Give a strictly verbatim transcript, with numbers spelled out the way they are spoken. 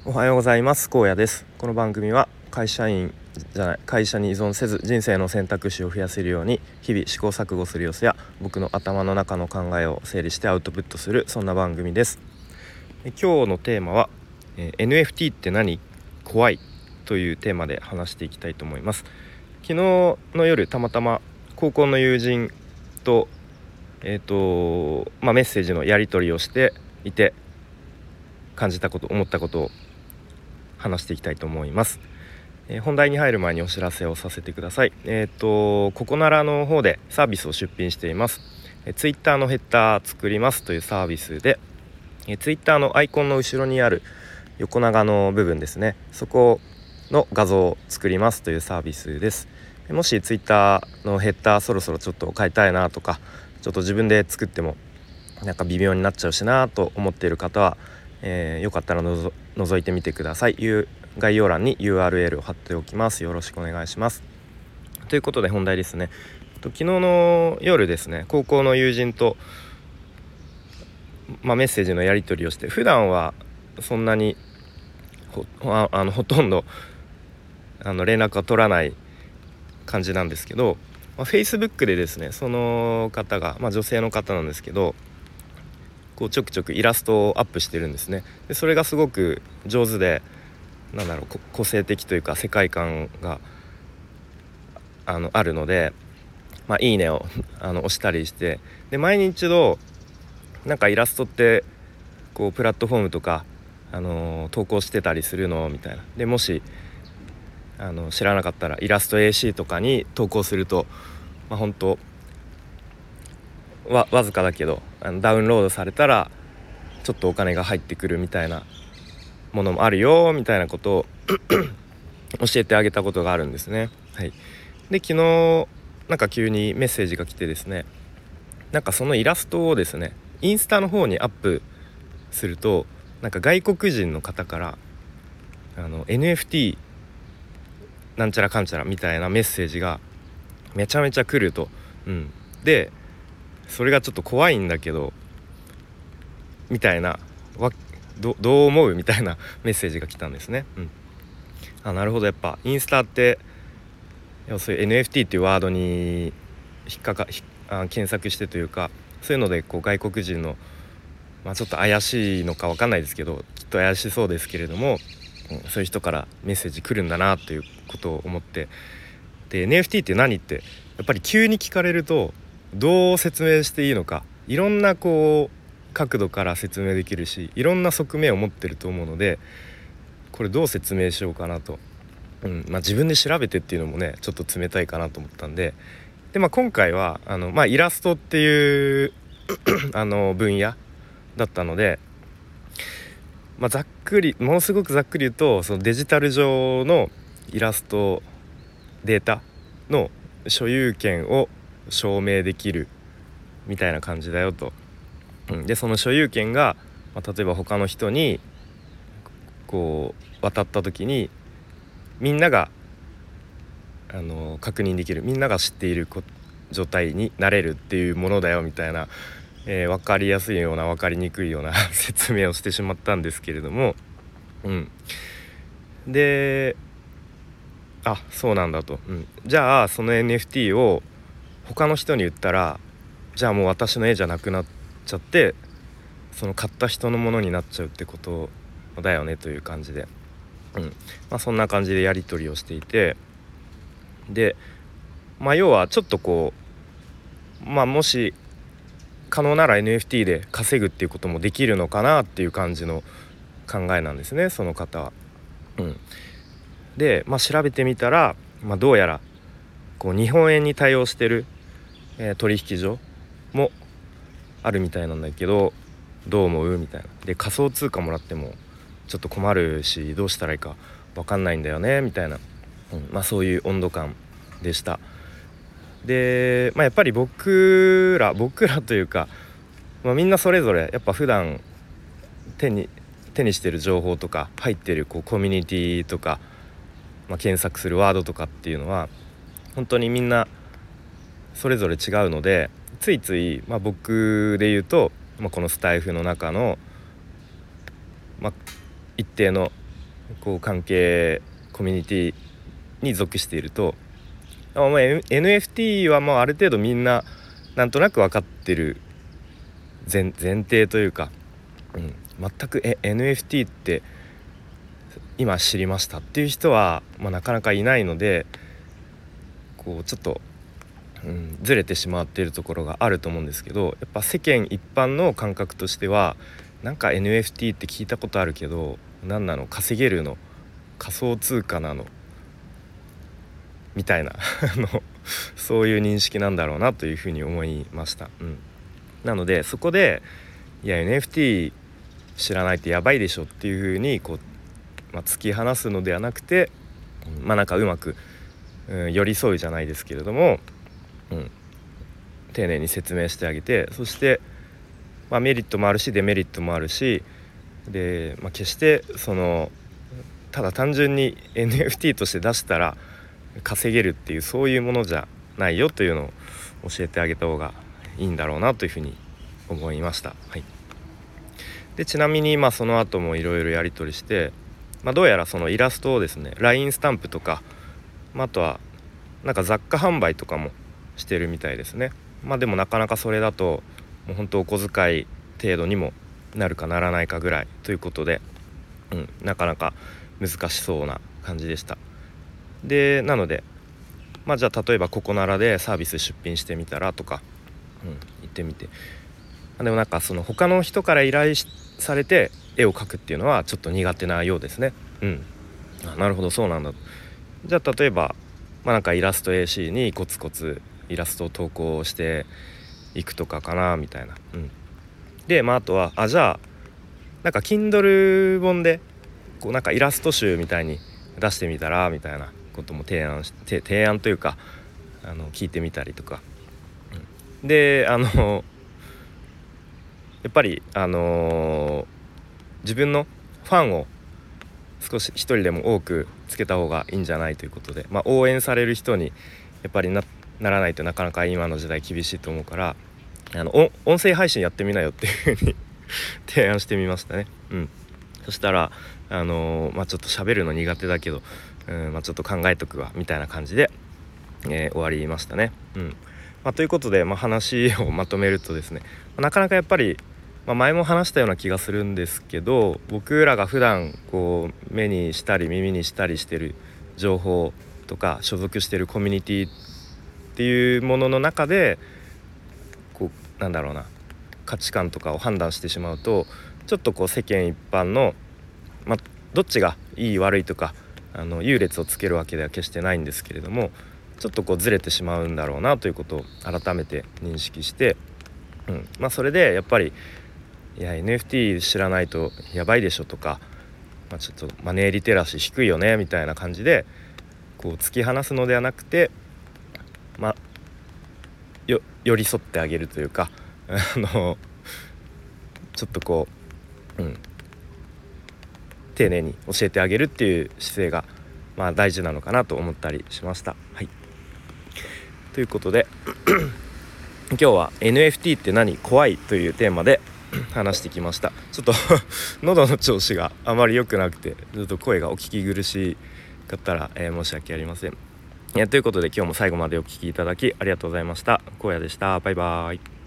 おはようございます。荒野です。この番組は会社員じゃない会社に依存せず人生の選択肢を増やせるように日々試行錯誤する様子や僕の頭の中の考えを整理してアウトプットするそんな番組です。今日のテーマは、えー、エヌエフティー って何？怖いというテーマで話していきたいと思います。昨日の夜たまたま高校の友人と,、えーとまあ、メッセージのやり取りをしていて感じたこと思ったことを話していきたいと思います。えー、本題に入る前にお知らせをさせてください。えっ、ー、とココナラの方でサービスを出品しています。えー、ツイッターのヘッダー作りますというサービスで、えー、ツイッターのアイコンの後ろにある横長の部分ですね、そこの画像を作りますというサービスです。もしツイッターのヘッダーそろそろちょっと変えたいなとか、ちょっと自分で作ってもなんか微妙になっちゃうしなと思っている方は、えー、よかったらのぞ覗いてみてください。概要欄に ユーアールエル を貼っておきます。よろしくお願いします。ということで本題ですね。昨日の夜ですね、高校の友人と、まあ、メッセージのやり取りをして、普段はそんなに ほ, ああのほとんどあの連絡は取らない感じなんですけど、まあ、Facebook でですね、その方が、まあ、女性の方なんですけど、こうちょくちょくイラストをアップしてるんですね。でそれがすごく上手で、なんだろう、個性的というか世界観が あ, のあるので、まあ、いいねをあの押したりして、で毎日一度なんかイラストってこうプラットフォームとか、あのー、投稿してたりするのみたいな。でもしあの知らなかったらイラスト エーシー とかに投稿すると、まあ、本当わわずかだけどあのダウンロードされたらちょっとお金が入ってくるみたいなものもあるよみたいなことを教えてあげたことがあるんですね。はい。で昨日なんか急にメッセージが来てですね、なんかそのイラストをですねインスタの方にアップすると、なんか外国人の方からあの エヌエフティー なんちゃらかんちゃらみたいなメッセージがめちゃめちゃ来ると、うん、でそれがちょっと怖いんだけどみたいな、わ ど, どう思うみたいなメッセージが来たんですね。うん、あなるほど、やっぱインスタって要するに エヌエフティー っていうワードに引っかかあ検索してというか、そういうのでこう外国人の、まあ、ちょっと怪しいのか分かんないですけど、きっと怪しそうですけれども、うん、そういう人からメッセージ来るんだなということを思って、で エヌエフティー って何ってやっぱり急に聞かれるとどう説明していいのか、いろんなこう角度から説明できるし、いろんな側面を持ってると思うので、これどう説明しようかなと、うんまあ、自分で調べてっていうのもねちょっと冷たいかなと思ったんで、で、まあ、今回はあの、まあ、イラストっていうあの分野だったので、まあ、ざっくりものすごくざっくり言うと、そのデジタル上のイラストデータの所有権を証明できるみたいな感じだよと、うん、でその所有権が、まあ、例えば他の人にこう渡った時にみんながあの確認できる、みんなが知っている状態になれるっていうものだよみたいな、えー、分かりやすいような分かりにくいような説明をしてしまったんですけれども、うん、であそうなんだと、うん、じゃあその エヌエフティー を他の人に言ったら、じゃあもう私の絵じゃなくなっちゃってその買った人のものになっちゃうってことだよねという感じで、うんまあ、そんな感じでやり取りをしていて、で、まあ、要はちょっとこう、まあ、もし可能なら エヌエフティー で稼ぐっていうこともできるのかなっていう感じの考えなんですね、その方は。うん、で、まあ、調べてみたら、まあ、どうやらこう日本円に対応してる、えー、取引所もあるみたいなんだけど、どう思うみたいな。で仮想通貨もらってもちょっと困るし、どうしたらいいか分かんないんだよねみたいな、うんまあ、そういう温度感でした。で、まあ、やっぱり僕ら僕らというか、まあ、みんなそれぞれやっぱ普段手に手にしてる情報とか入ってるこうコミュニティとか、まあ、検索するワードとかっていうのは本当にみんなそれぞれ違うので、ついつい、まあ、僕で言うと、まあ、このスタイフの中の、まあ、一定のこう関係コミュニティに属していると、あもう エヌエフティー はもうある程度みんななんとなく分かってる 前, 前提というか、うん、全くえ エヌエフティー って今知りましたっていう人は、まあ、なかなかいないので、こうちょっと、うん、ずれてしまっているところがあると思うんですけど、やっぱ世間一般の感覚としてはなんか エヌエフティー って聞いたことあるけど何なの、稼げるの、仮想通貨なのみたいなのそういう認識なんだろうなというふうに思いました、うん、なのでそこでいや エヌエフティー 知らないとやばいでしょっていうふうにこう、まあ、突き放すのではなくて、まあなんかうまく、うん、寄り添うじゃないですけれども、うん、丁寧に説明してあげて、そして、まあ、メリットもあるしデメリットもあるしで、まあ、決してそのただ単純に エヌエフティー として出したら稼げるっていうそういうものじゃないよというのを教えてあげた方がいいんだろうなというふうに思いました、はい、でちなみにまあその後もいろいろやり取りして、まあ、どうやらそのイラストをですね ライン スタンプとか、まあ、あとはなんか雑貨販売とかもしてるみたいですね。まあでもなかなかそれだともう本当お小遣い程度にもなるかならないかぐらいということで、うん、なかなか難しそうな感じでした。でなのでまあじゃあ例えばここならでサービス出品してみたらとか、うん、言ってみて、でもなんかその他の人から依頼されて絵を描くっていうのはちょっと苦手なようですね。うん、あなるほどそうなんだ。じゃあ例えば、まあ、なんかイラスト エーシー にコツコツイラストを投稿していくとかかなみたいな、うん、でまああとはあじゃあなんか Kindle 本でこうなんかイラスト集みたいに出してみたらみたいなことも提案して提案というかあの聞いてみたりとか、うん、であのやっぱりあのー、自分のファンを少し一人でも多くつけた方がいいんじゃないということで、まあ、応援される人にやっぱり な, ならないとなかなか今の時代厳しいと思うからあの音声配信やってみなよっていうふうに提案してみましたね、うん、そしたらあのー、まあちょっと喋るの苦手だけど、うんまあ、ちょっと考えとくわみたいな感じで、えー、終わりましたね、うんまあ、ということで、まあ、話をまとめるとですね、なかなかやっぱりまあ、前も話したような気がするんですけど、僕らが普段こう目にしたり耳にしたりしてる情報とか所属してるコミュニティっていうものの中でこうなんだろうな価値観とかを判断してしまうとちょっとこう世間一般の、まあ、どっちがいい悪いとかあの優劣をつけるわけでは決してないんですけれども、ちょっとこうずれてしまうんだろうなということを改めて認識して、うんまあ、それでやっぱりいや エヌエフティー 知らないとやばいでしょとか、まあ、ちょっとマネーリテラシー低いよねみたいな感じでこう突き放すのではなくて、まあ、よ寄り添ってあげるというかあのちょっとこう、うん、丁寧に教えてあげるっていう姿勢が、まあ、大事なのかなと思ったりしました。はい、ということで今日は エヌエフティー って何怖いというテーマで話してきました。ちょっと喉の調子があまり良くなくてちょっと声がお聞き苦しかったら、えー、申し訳ありません。いやということで今日も最後までお聞きいただきありがとうございました。荒野でした。バイバイ。